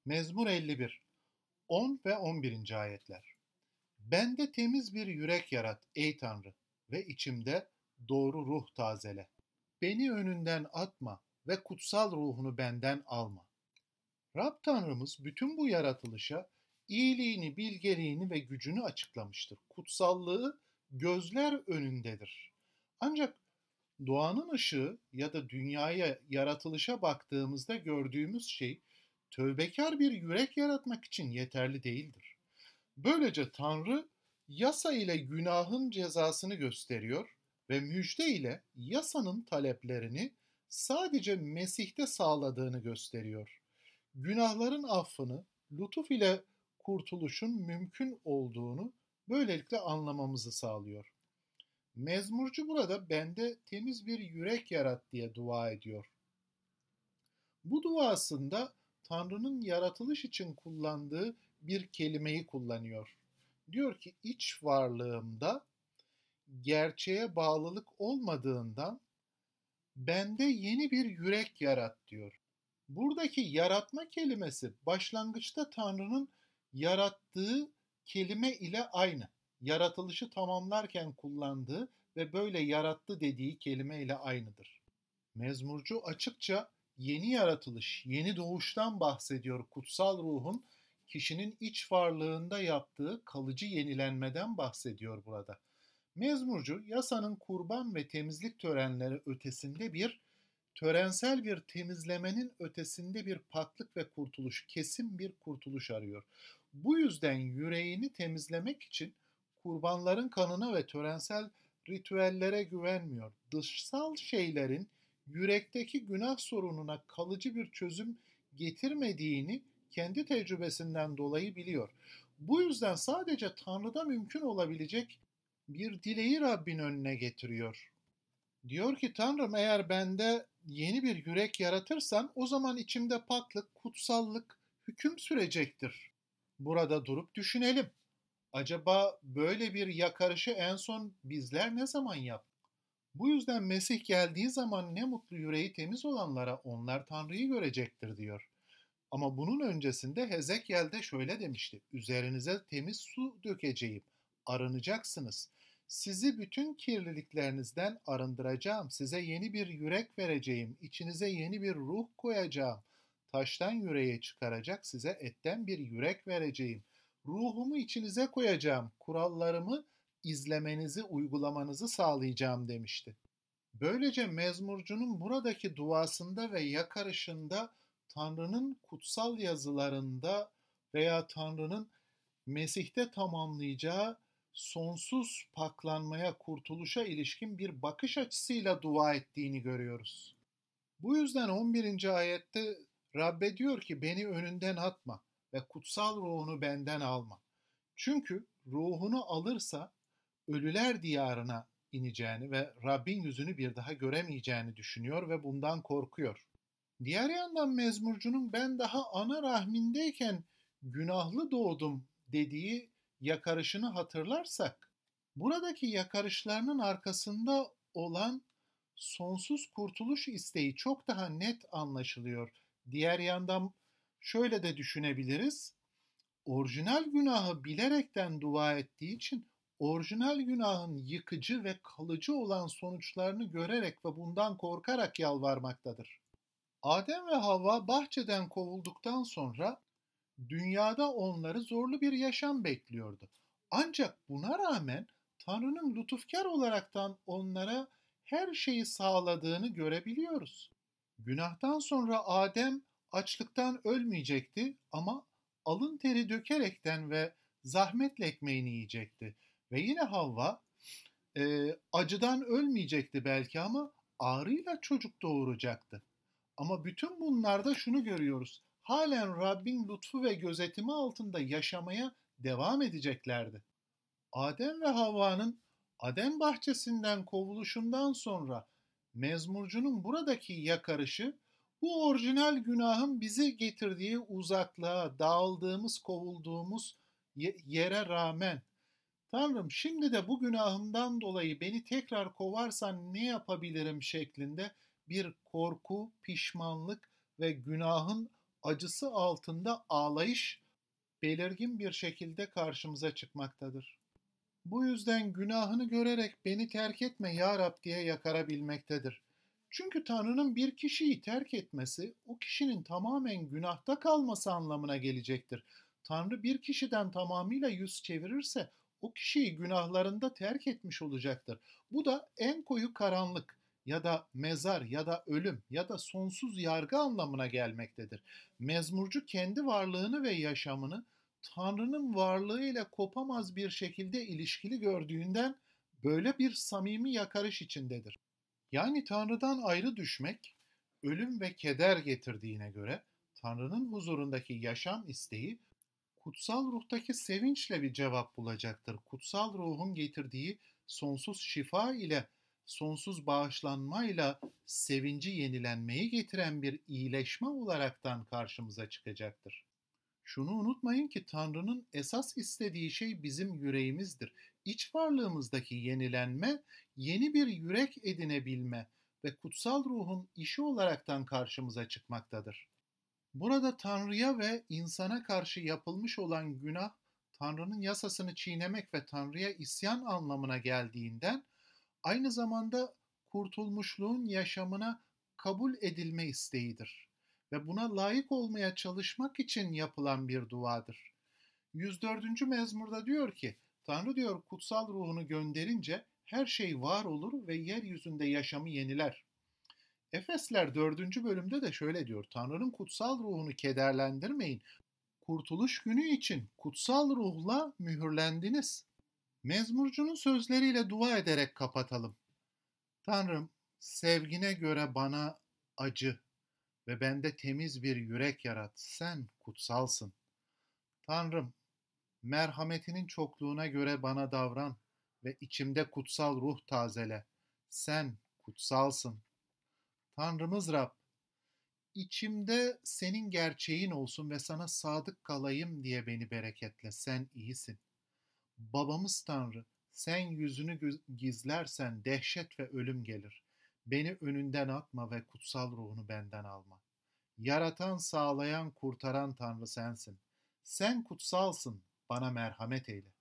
Mezmur 51 10 ve 11. ayetler. Bende temiz bir yürek yarat ey Tanrı ve içimde doğru ruh tazele. Beni önünden atma ve kutsal ruhunu benden alma. Rab Tanrımız bütün bu yaratılışa iyiliğini, bilgeliğini ve gücünü açıklamıştır. Kutsallığı gözler önündedir. Ancak doğanın ışığı ya da dünyaya, yaratılışa baktığımızda gördüğümüz şey tövbekar bir yürek yaratmak için yeterli değildir. Böylece Tanrı yasa ile günahın cezasını gösteriyor ve müjde ile yasanın taleplerini sadece Mesih'te sağladığını gösteriyor. Günahların affını, lütuf ile kurtuluşun mümkün olduğunu böylelikle anlamamızı sağlıyor. Mezmurcu burada bende temiz bir yürek yarat diye dua ediyor. Bu duasında Tanrı'nın yaratılış için kullandığı bir kelimeyi kullanıyor. Diyor ki iç varlığımda gerçeğe bağlılık olmadığından bende yeni bir yürek yarat diyor. Buradaki yaratma kelimesi başlangıçta Tanrı'nın yarattığı kelime ile aynı. Yaratılışı tamamlarken kullandığı ve böyle yarattı dediği kelime ile aynıdır. Mezmurcu açıkça yeni yaratılış, yeni doğuştan bahsediyor. Kutsal ruhun kişinin iç varlığında yaptığı kalıcı yenilenmeden bahsediyor burada. Mezmurcu yasanın kurban ve temizlik törenleri ötesinde törensel bir temizlemenin ötesinde bir paklık ve kurtuluş, kesin bir kurtuluş arıyor. Bu yüzden yüreğini temizlemek için kurbanların kanına ve törensel ritüellere güvenmiyor. Dışsal şeylerin yürekteki günah sorununa kalıcı bir çözüm getirmediğini kendi tecrübesinden dolayı biliyor. Bu yüzden sadece Tanrı'da mümkün olabilecek bir dileği Rabbin önüne getiriyor. Diyor ki Tanrım eğer bende yeni bir yürek yaratırsan o zaman içimde paklık, kutsallık hüküm sürecektir. Burada durup düşünelim. Acaba böyle bir yakarışı en son bizler ne zaman yaptık? Bu yüzden Mesih geldiği zaman ne mutlu yüreği temiz olanlara onlar Tanrı'yı görecektir diyor. Ama bunun öncesinde Hezekiel'de şöyle demişti. Üzerinize temiz su dökeceğim, arınacaksınız. Sizi bütün kirliliklerinizden arındıracağım. Size yeni bir yürek vereceğim. İçinize yeni bir ruh koyacağım. Taştan yüreğe çıkaracak size etten bir yürek vereceğim. Ruhumu içinize koyacağım. Kurallarımı izlemenizi, uygulamanızı sağlayacağım demişti. Böylece mezmurcunun buradaki duasında ve yakarışında Tanrı'nın kutsal yazılarında veya Tanrı'nın Mesih'te tamamlayacağı sonsuz paklanmaya, kurtuluşa ilişkin bir bakış açısıyla dua ettiğini görüyoruz. Bu yüzden 11. ayette Rabbe diyor ki beni önünden atma ve kutsal ruhunu benden alma. Çünkü ruhunu alırsa ölüler diyarına ineceğini ve Rabbin yüzünü bir daha göremeyeceğini düşünüyor ve bundan korkuyor. Diğer yandan mezmurcunun ben daha ana rahmindeyken günahlı doğdum dediği yakarışını hatırlarsak, buradaki yakarışlarının arkasında olan sonsuz kurtuluş isteği çok daha net anlaşılıyor. Diğer yandan şöyle de düşünebiliriz. Orijinal günahı bilerekten dua ettiği için orijinal günahın yıkıcı ve kalıcı olan sonuçlarını görerek ve bundan korkarak yalvarmaktadır. Adem ve Havva bahçeden kovulduktan sonra dünyada onları zorlu bir yaşam bekliyordu. Ancak buna rağmen Tanrı'nın lütufkar olaraktan onlara her şeyi sağladığını görebiliyoruz. Günahtan sonra Adem açlıktan ölmeyecekti ama alın teri dökerekten ve zahmetle ekmeğini yiyecekti. Ve yine Havva acıdan ölmeyecekti belki ama ağrıyla çocuk doğuracaktı. Ama bütün bunlarda şunu görüyoruz. Halen Rabbin lütfu ve gözetimi altında yaşamaya devam edeceklerdi. Adem ve Havva'nın Adem bahçesinden kovuluşundan sonra mezmurcunun buradaki yakarışı bu orijinal günahın bizi getirdiği uzaklığa, dağıldığımız, kovulduğumuz yere rağmen Tanrım şimdi de bu günahımdan dolayı beni tekrar kovarsan ne yapabilirim şeklinde bir korku, pişmanlık ve günahın acısı altında ağlayış belirgin bir şekilde karşımıza çıkmaktadır. Bu yüzden günahını görerek beni terk etme ya Rab diye yakarabilmektedir. Çünkü Tanrı'nın bir kişiyi terk etmesi o kişinin tamamen günahta kalması anlamına gelecektir. Tanrı bir kişiden tamamıyla yüz çevirirse o kişiyi günahlarında terk etmiş olacaktır. Bu da en koyu karanlık ya da mezar ya da ölüm ya da sonsuz yargı anlamına gelmektedir. Mezmurcu kendi varlığını ve yaşamını Tanrı'nın varlığıyla kopamaz bir şekilde ilişkili gördüğünden böyle bir samimi yakarış içindedir. Yani Tanrı'dan ayrı düşmek, ölüm ve keder getirdiğine göre Tanrı'nın huzurundaki yaşam isteği kutsal ruhtaki sevinçle bir cevap bulacaktır. Kutsal ruhun getirdiği sonsuz şifa ile, sonsuz bağışlanmayla sevinci yenilenmeyi getiren bir iyileşme olaraktan karşımıza çıkacaktır. Şunu unutmayın ki Tanrı'nın esas istediği şey bizim yüreğimizdir. İç varlığımızdaki yenilenme, yeni bir yürek edinebilme ve kutsal ruhun işi olaraktan karşımıza çıkmaktadır. Burada Tanrı'ya ve insana karşı yapılmış olan günah, Tanrı'nın yasasını çiğnemek ve Tanrı'ya isyan anlamına geldiğinden, aynı zamanda kurtulmuşluğun yaşamına kabul edilme isteğidir ve buna layık olmaya çalışmak için yapılan bir duadır. 104. mezmurda diyor ki, Tanrı diyor kutsal ruhunu gönderince her şey var olur ve yeryüzünde yaşamı yeniler. Efesler 4. bölümde de şöyle diyor, Tanrı'nın kutsal ruhunu kederlendirmeyin. Kurtuluş günü için kutsal ruhla mühürlendiniz. Mezmurcunun sözleriyle dua ederek kapatalım. Tanrım, sevgine göre bana acı ve bende temiz bir yürek yarat. Sen kutsalsın. Tanrım, merhametinin çokluğuna göre bana davran ve içimde kutsal ruh tazele. Sen kutsalsın. Tanrımız Rab, içimde senin gerçeğin olsun ve sana sadık kalayım diye beni bereketle. Sen iyisin. Babamız Tanrı, sen yüzünü gizlersen dehşet ve ölüm gelir. Beni önünden atma ve kutsal ruhunu benden alma. Yaratan, sağlayan, kurtaran Tanrı sensin. Sen kutsalsın, bana merhamet eyle.